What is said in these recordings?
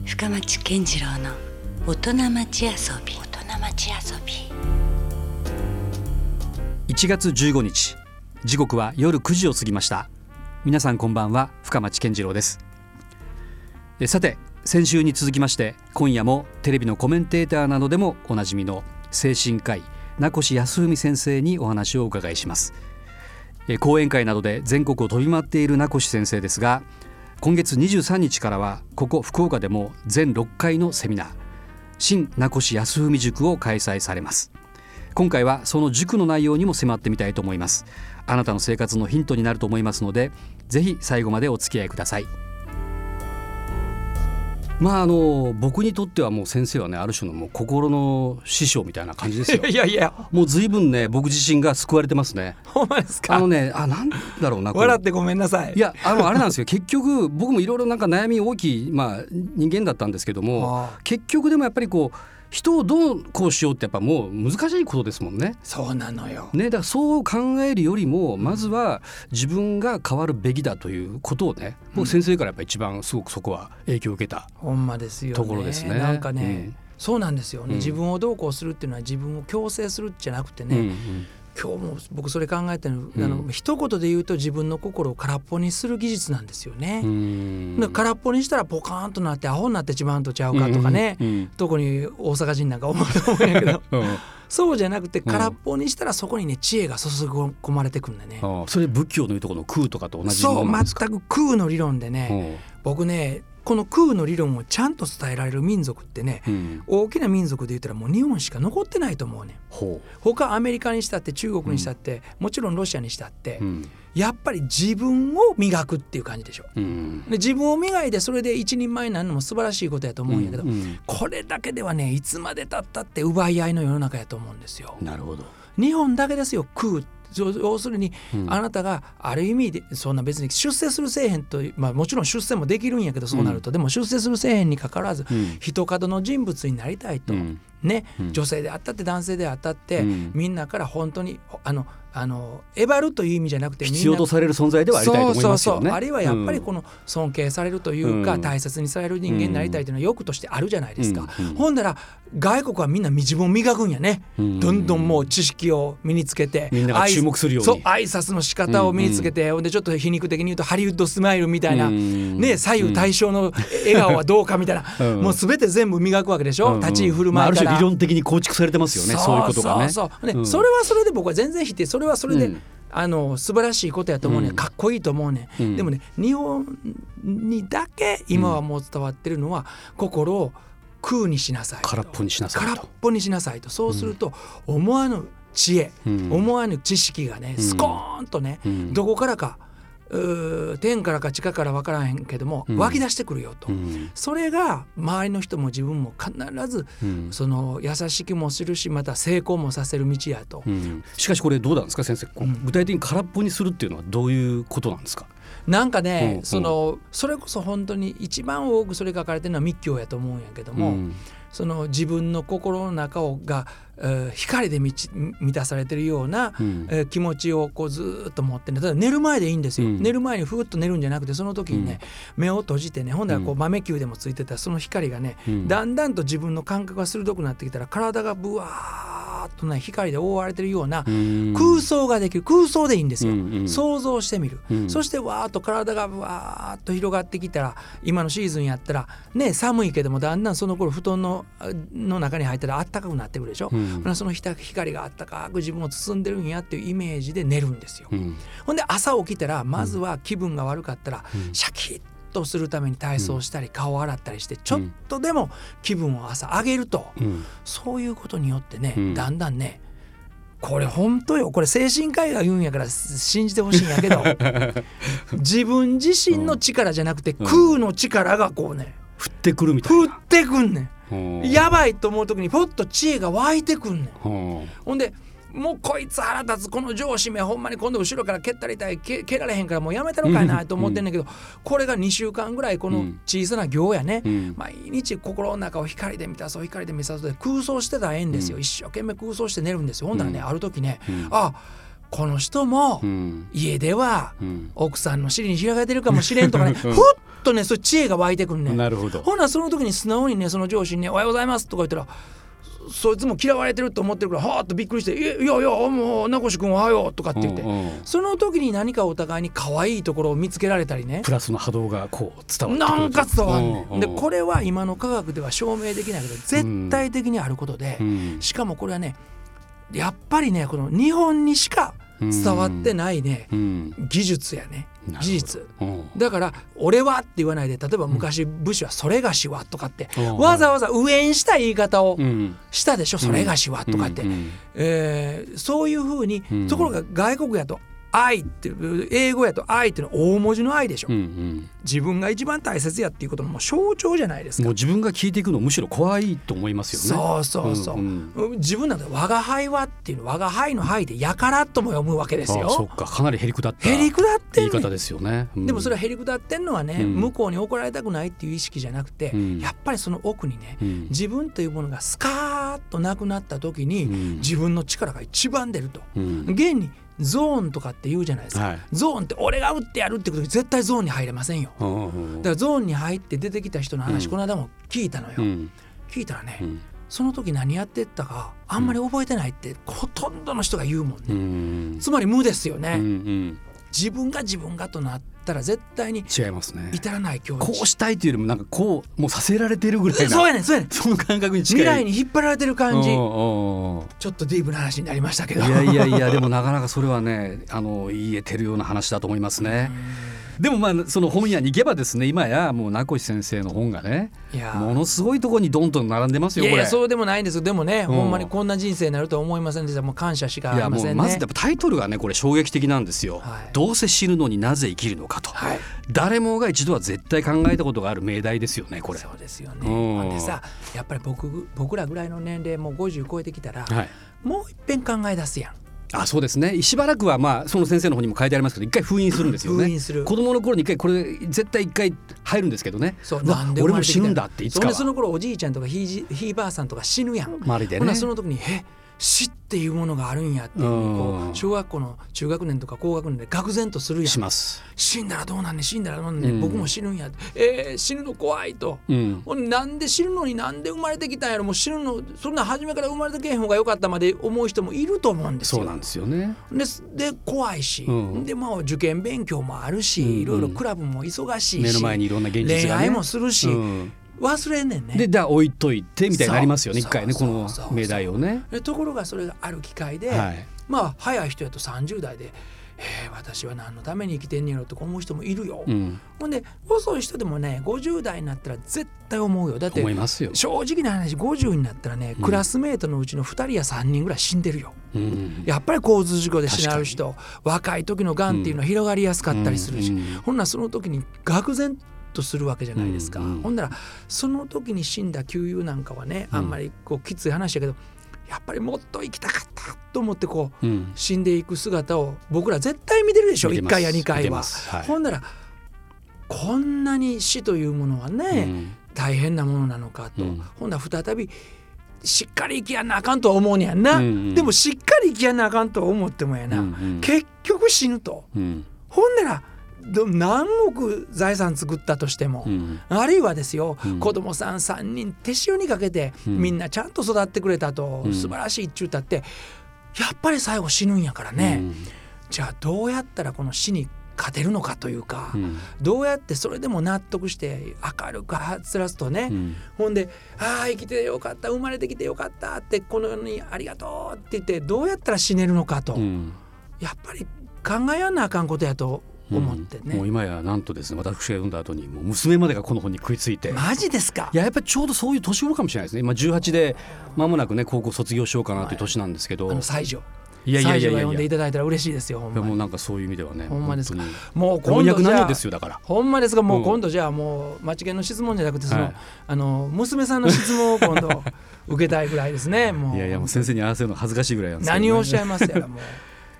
深町健次郎の大人町遊び。 1月15日、時刻は夜9時を過ぎました。皆さんこんばんは、深町健次郎です。さて、先週に続きまして今夜もテレビのコメンテーターなどでもおなじみの精神科医名越康文先生にお話をお伺いします。講演会などで全国を飛び回っている名越先生ですが、今月23日からはここ福岡でも全6回のセミナー、新名越康文塾を開催されます。今回はその塾の内容にも迫ってみたいと思います。あなたの生活のヒントになると思いますので、ぜひ最後までお付き合いください。僕にとってはもう先生はね、ある種のもう心の師匠みたいな感じですよ。 いやもう随分ね、僕自身が救われてますね。 ほんまですか。 なんだろうな、 笑ってごめんなさい。 いや、あれなんですよ。結局僕もいろいろなんか悩み大きい、人間だったんですけども、結局でもやっぱり人をどうこうしようってやっぱもう難しいことですもんね。 そうなのよ、 だからそう考えるよりもまずは自分が変わるべきだということをね、僕先生からやっぱ一番すごくそこは影響を受けたほんまですよね、 ところですね。 なんかね、そうなんですよね、自分をどうこうするっていうのは自分を強制するじゃなくてね、今日も僕それ考えてる、一言で言うと自分の心を空っぽにする技術なんですよね。空っぽにしたらポカーンとなってアホになってしまうんとちゃうかとかね、特に大阪人なんか思うと思うんやけどそうじゃなくて空っぽにしたらそこにね、知恵が注ぎ込まれてくるんだね。 それ仏教のいうところの空とかと同じものなんですか。 そう、全く空の理論でね、僕ね、この空の理論をちゃんと伝えられる民族ってね、大きな民族で言ったらもう日本しか残ってないと思うね。他アメリカにしたって中国にしたって、もちろんロシアにしたって、やっぱり自分を磨くっていう感じでしょ。で自分を磨いてそれで一人前になるのも素晴らしいことやと思うんやけど、これだけではね、いつまで経ったって奪い合いの世の中やと思うんですよ。 なるほど。 日本だけですよ、空。要するに、あなたがある意味でそんな別に出世するせえへんと、もちろん出世もできるんやけど、そうなると、でも出世するせえへんにかかわらず、一角の人物になりたいと、女性であったって男性であったって、みんなから本当にえばるという意味じゃなくて、 必要とされる存在ではありたいと思いますよね。 あるいはやっぱりこの尊敬されるというか、大切にされる人間になりたいというのは欲としてあるじゃないですか。ほんだら外国はみんな自分を磨くんやね。どんどんもう知識を身につけて、 みんなが注目するように、 挨拶の仕方を身につけて、でちょっと皮肉的に言うとハリウッドスマイルみたいな、左右対称の笑顔はどうかみたいな、もう全て全部磨くわけでしょ。立ち居振る舞いから、 ある種理論的に構築されてますよね。そういうことがね。それはそれで僕は全然否定、それはそれで、素晴らしいことやと思うね、かっこいいと思うね、でもね、日本にだけ今はもう伝わってるのは、心を空にしなさいと、 空っぽにしなさいと、 空っぽにしなさいと。そうすると、思わぬ知恵、思わぬ知識がね、スコーンとね、どこからか、天からか地下から分からへんけども、湧き出してくるよと、それが周りの人も自分も必ず、その優しくもするし、また成功もさせる道やと、 しかしこれどうなんですか先生、具体的に空っぽにするっていうのはどういうことなんですか。 なんかね、それこそ本当に一番多くそれ書かれてるのは密教やと思うんやけども、その自分の心の中が光で満たされてるような、気持ちをずっと持ってね、ただ寝る前でいいんですよ。寝る前にふーっと寝るんじゃなくて、その時にね、目を閉じてね、ほんだら豆球でもついてたその光がね、だんだんと自分の感覚が鋭くなってきたら、体がブワーッとね、光で覆われてるような空想ができる。空想でいいんですよ。想像してみる。そしてわーっと体がわーっと広がってきたら、今のシーズンやったらね、寒いけどもだんだんその頃布団の中に入ったらあったかくなってくるでしょ。その光があったかく自分を包んでるんやっていうイメージで寝るんですよ。ほんで朝起きたら、まずは気分が悪かったら、シャキッとするために体操したり、顔を洗ったりして、ちょっとでも気分を朝上げると、そういうことによってね、だんだんね、これ本当よ、これ精神科医が言うんやから信じてほしいんやけど自分自身の力じゃなくて、空の力がこうね、 降ってくるみたいな、 降ってくんねん。やばいと思う時にポッと知恵が湧いてくんねん。ほんでもうこいつ腹立つ、この上司めほんまに今度後ろから蹴ったりたい、蹴られへんからもうやめたのかいなと思ってんねんけど、これが2週間ぐらいこの小さな行やね、毎日心の中を光で満たそう、光で満たそうで空想してたらええんですよ。一生懸命空想して寝るんですよ。ほんならね、ある時ね、この人も家では奥さんの尻に開かれてるかもしれんとかね、ふっとねそういう知恵が湧いてくるね。 なるほど。 ほなその時に素直にねその上司にねおはようございますとか言ったらそいつも嫌われてると思ってるからはーっとびっくりしていやもう名越君おはようとかって言って、その時に何かお互いに可愛いところを見つけられたりね、 プラスの波動がこう伝わってくるなんか伝わんねん。でこれは今の科学では証明できないけど絶対的にあることで、しかもこれはねやっぱりねこの日本にしか伝わってないね、技術やね事実だから俺はって言わないで、例えば昔武士はそれがしはとかってわざわざ上にした言い方をしたでしょ、それがしはとかって、そういうふうに、ところが外国やと愛っていう英語やと愛っていうのは大文字の愛でしょ、自分が一番大切やっていうことのもう象徴じゃないですか。 もう自分が聞いていくのむしろ怖いと思いますよね。 そう自分なんて我が輩はっていうの我が輩の輩でやからとも読むわけですよ。 そっか、かなりへりくだった言い方ですよね。 でもそれはへりくだってんのはね、向こうに怒られたくないっていう意識じゃなくて、やっぱりその奥にね、自分というものがスカーッとなくなった時に、自分の力が一番出ると、現にゾーンとかって言うじゃないですか、ゾーンって俺が打ってやるってことに絶対ゾーンに入れませんよ。だからゾーンに入って出てきた人の話、この間も聞いたのよ、聞いたらね、その時何やってったかあんまり覚えてないってほとんどの人が言うもんね、つまり無ですよね、自分がとなったら絶対に違いますね。 至らない境地、 こうしたいというよりもなんかこうもうさせられてるぐらいな、 そうやねんその感覚に近い、 未来に引っ張られてる感じ。ちょっとディープな話になりましたけど、 いやでもなかなかそれはね言えてるような話だと思いますね。でもその本屋に行けばですね、今やもう名越先生の本がねものすごいところにドンと並んでますよ。 いやそうでもないんです。でもね、ほんまにこんな人生になるとは思いませんでした。もう感謝しかありませんね。 まずやっぱタイトルがねこれ衝撃的なんですよ、どうせ死ぬのになぜ生きるのかと、誰もが一度は絶対考えたことがある命題ですよねこれ。 そうですよね。でさ、やっぱり僕らぐらいの年齢もう50超えてきたら、もう一遍考え出すやん。 そうですね。しばらくはその先生の方にも書いてありますけど一回封印するんですよね。封印する。子供の頃に一回これ絶対一回入るんですけどね。なんで俺も死ぬんだっていつかは。その頃おじいちゃんとかひいばあさんとか死ぬやん周りでね。その時に死っていうものがあるんやっていうこう小学校の中学年とか高学年で愕然とするやん。 します。 死んだらどうなんねん、死んだらどうなんねん、僕も死ぬんやって、死ぬの怖いと、なんで死ぬのになんで生まれてきたんやろ、もう死ぬのそんな初めから生まれてけへん方が良かったまで思う人もいると思うんですよ。 そうなんですよね。 で怖いし、で受験勉強もあるし、いろいろクラブも忙しいし、 目の前にいろんな現実がね、 恋愛もするし、忘れんねんね。 で置いといてみたいになりますよね一回ね、この命題をね。 ところがそれがある機会で、早い人やと30代で私は何のために生きてんねやろとか思う人もいるよ、ほんで遅い人でもね50代になったら絶対思うよ。だって思いますよ。 正直な話50になったらね、クラスメートのうちの2人や3人ぐらい死んでるよ、やっぱり交通事故で死なう人、若い時のがんっていうのは広がりやすかったりするし、ほんならその時に愕然とするわけじゃないですか、ほんならその時に死んだ旧友なんかはね、あんまりきつい話だけどやっぱりもっと生きたかったと思って死んでいく姿を僕ら絶対見てるでしょ、1回や2回は、ほんならこんなに死というものはね、大変なものなのかと、ほんなら再びしっかり生きやんなあかんとは思うねやんな、でもしっかり生きやんなあかんとは思ってもやな、結局死ぬと、ほんなら何億財産作ったとしても、あるいはですよ、子供さん3人手塩にかけて、みんなちゃんと育ってくれたと、素晴らしいっちゅうたってやっぱり最後死ぬんやからね、じゃあどうやったらこの死に勝てるのかというか、どうやってそれでも納得して明るくはつらすとね、ほんで生きてよかった、生まれてきてよかったって、この世にありがとうって言ってどうやったら死ねるのかと、やっぱり考えやんなあかんことやと思ってね、 もう今やなんとですね、私が読んだ後にもう娘までがこの本に食いついて。 マジですか。 やっぱりちょうどそういう年頃かもしれないですね。今18で間もなくね高校卒業しようかなという年なんですけど、 西条が読んでいただいたら嬉しいですよ。ほんまにもうなんかそういう意味ではね、 ほんまですか。 もう今度じゃあですよ、だからほんまですが、もう今度じゃあもう町犬の質問じゃなくて娘さんの質問を今度受けたいぐらいですね。もういやもう先生に合わせるの恥ずかしいぐらいなんですけど、ね、 何をおっしゃいますやらもう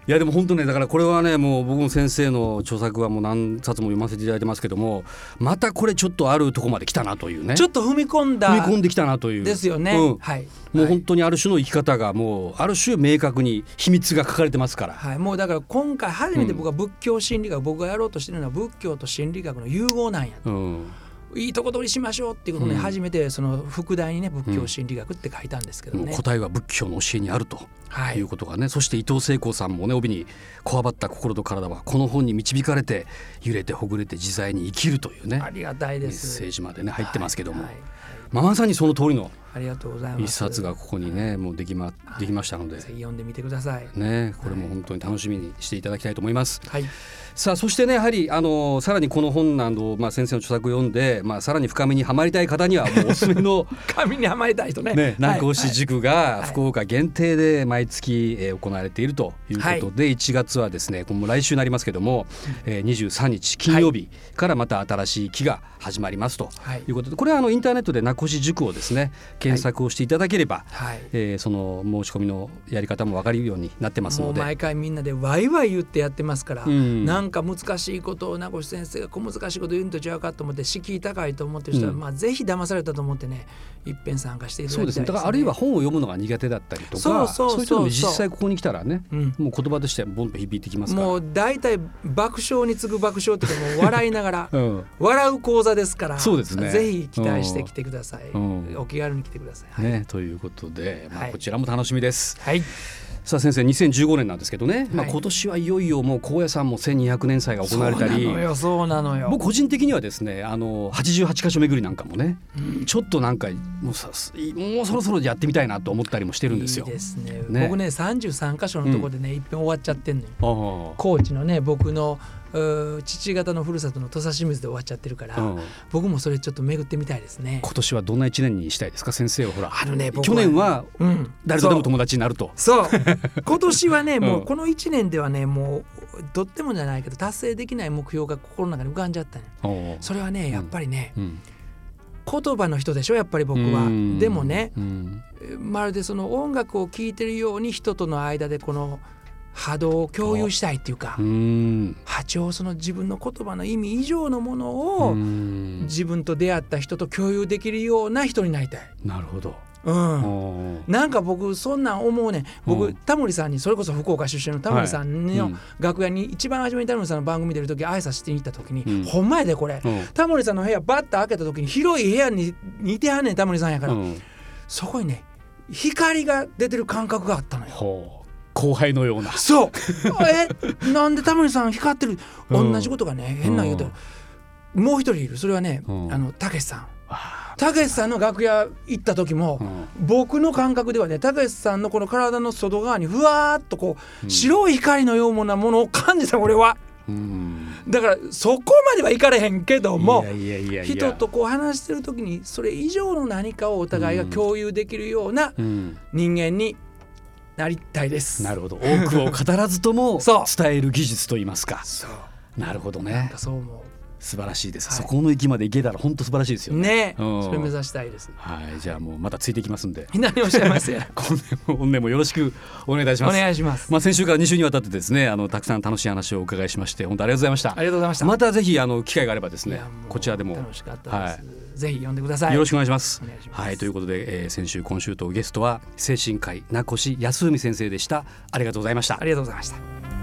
いやでも本当ね、だからこれはね、もう僕も先生の著作はもう何冊も読ませていただいてますけども、またこれちょっとあるとこまで来たなというね、 ちょっと踏み込んできたなというですよね、はい、 もう本当にある種の生き方がもうある種明確に秘密が書かれてますから、 はい、もうだから今回初めて僕は仏教心理学、僕がやろうとしてるのは仏教と心理学の融合なんやと、いいとこ取りしましょうっていうことで、初めてその副題にね、仏教心理学って書いたんですけどね、 もう答えは仏教の教えにあるということがね、そして伊藤聖光さんもね、帯にこわばった心と体はこの本に導かれて揺れてほぐれて自在に生きるというね、 ありがたいです、 メッセージまでね入ってますけども、まさにその通りのありがとうございます。 一冊がここにねもうできましたので、 ぜひ読んでみてくださいね。これも本当に楽しみにしていただきたいと思います、 はい。 さあそしてね、やはりさらにこの本など、先生の著作を読んで、さらに深みにはまりたい方にはもうおすすめの深みにはまりたい人ね、 名越塾が福岡限定で毎月行われているということで、1月はですね、もう来週になりますけども、23日金曜日からまた新しい期が始まりますということで、これはインターネットで名越塾をですね検索をしていただければ、その申し込みのやり方も分かるようになってますので、 もう毎回みんなでワイワイ言ってやってますから、なんか難しいことを名越先生が小難しいこと言うんと違うかと思って敷居高いと思ってる人は、ぜひ騙されたと思ってね、いっぺん参加していただきたいですね。そうですね。だからあるいは本を読むのが苦手だったりとか、そういう人も実際ここに来たらね、もう言葉としてボンと響いてきますから、 もう大体爆笑に次ぐ爆笑っていうか、もう笑いながら、笑う講座ですから、そうですね、ぜひ期待してきてください、お気軽に来てください、 ね、ということで、こちらも楽しみです、 はい。 さあ先生、2015年なんですけどね、今年はいよいよもう高野山も1200年祭が行われたり、 そうなのよ。 僕個人的にはですね、88カ所巡りなんかもね、ちょっとなんかもうそろそろやってみたいなと思ったりもしてるんですよ。 いいですね。僕ね33カ所のところでね、いっぺん終わっちゃってんのよ、高知のね、僕の父方のふるさとの土佐清水で終わっちゃってるから、僕もそれちょっと巡ってみたいですね。 今年はどんな1年にしたいですか先生は。ほら、 去年は誰とでも友達になると、 そう今年はね、もうこの1年ではね、もうとってもじゃないけど達成できない目標が心の中に浮かんじゃったね。それはね、やっぱりね、言葉の人でしょ、やっぱり僕は。でもね、まるでその音楽を聴いてるように人との間でこの波動を共有したいっていうか、波長、その自分の言葉の意味以上のものを自分と出会った人と共有できるような人になりたい。 なるほど。 なんか僕そんなん思うね。僕タモリさんに、それこそ福岡出身のタモリさんの楽屋に一番初めにタモリさんの番組出る時挨拶してに行った時に、ほんまやでこれ、タモリさんの部屋バッと開けた時に広い部屋に似てはんねん、タモリさんやから、そこにね光が出てる感覚があったのよ。 後輩のような。 そうなんでタモリさん光ってる。同じことがね、変な言うともう一人いる。それはね、たけしさん。たけしさんの楽屋行った時も、僕の感覚ではね、たけしさんのこの体の外側にふわーっとこう、白い光のようなものを感じた、俺は。だからそこまではいかれへんけども、人とこう話してる時にそれ以上の何かをお互いが共有できるような人間になりたいです。 なるほど。多くを語らずとも伝える技術といいますか。なるほどね。 なんかそう思う。 素晴らしいです、そこの域まで行けたら本当素晴らしいですよね。 それ目指したいです。 はい、じゃあもうまたついてきますんで。 何をおっしゃいますや。 本年もよろしくお願いいたします。 お願いします。 先週から2週にわたってですね、たくさん楽しい話をお伺いしまして、本当ありがとうございました。 ありがとうございました。 またぜひ機会があればですね、こちらでも楽しかったです、ぜひ呼んでください。 よろしくお願いします。はい、ということで、先週今週とゲストは精神科医名越康文先生でした。ありがとうございました。 ありがとうございました。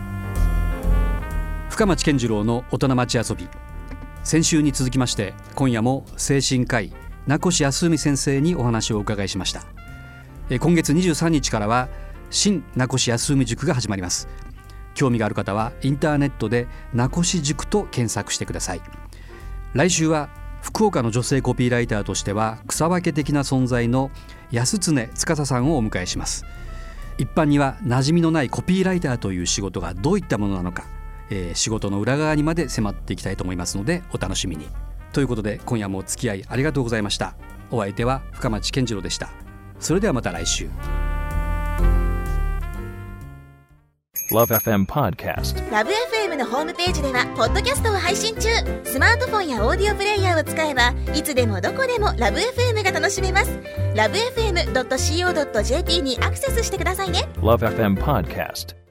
深町健次郎の大人町遊び、先週に続きまして今夜も精神科医名越康文先生にお話をお伺いしました。今月23日からは新名越康文塾が始まります。興味がある方はインターネットで名越塾と検索してください。来週は福岡の女性コピーライターとしては草分け的な存在の安常司さんをお迎えします。一般には馴染みのないコピーライターという仕事がどういったものなのか、仕事の裏側にまで迫っていきたいと思いますのでお楽しみに。ということで今夜もお付き合いありがとうございました。お相手は深町健次郎でした。それではまた来週。 LoveFM Podcast。LoveFM のホームページではポッドキャストを配信中。スマートフォンやオーディオプレイヤーを使えばいつでもどこでも LoveFM が楽しめます。LoveFM.co.jp にアクセスしてくださいね。 LoveFM Podcast。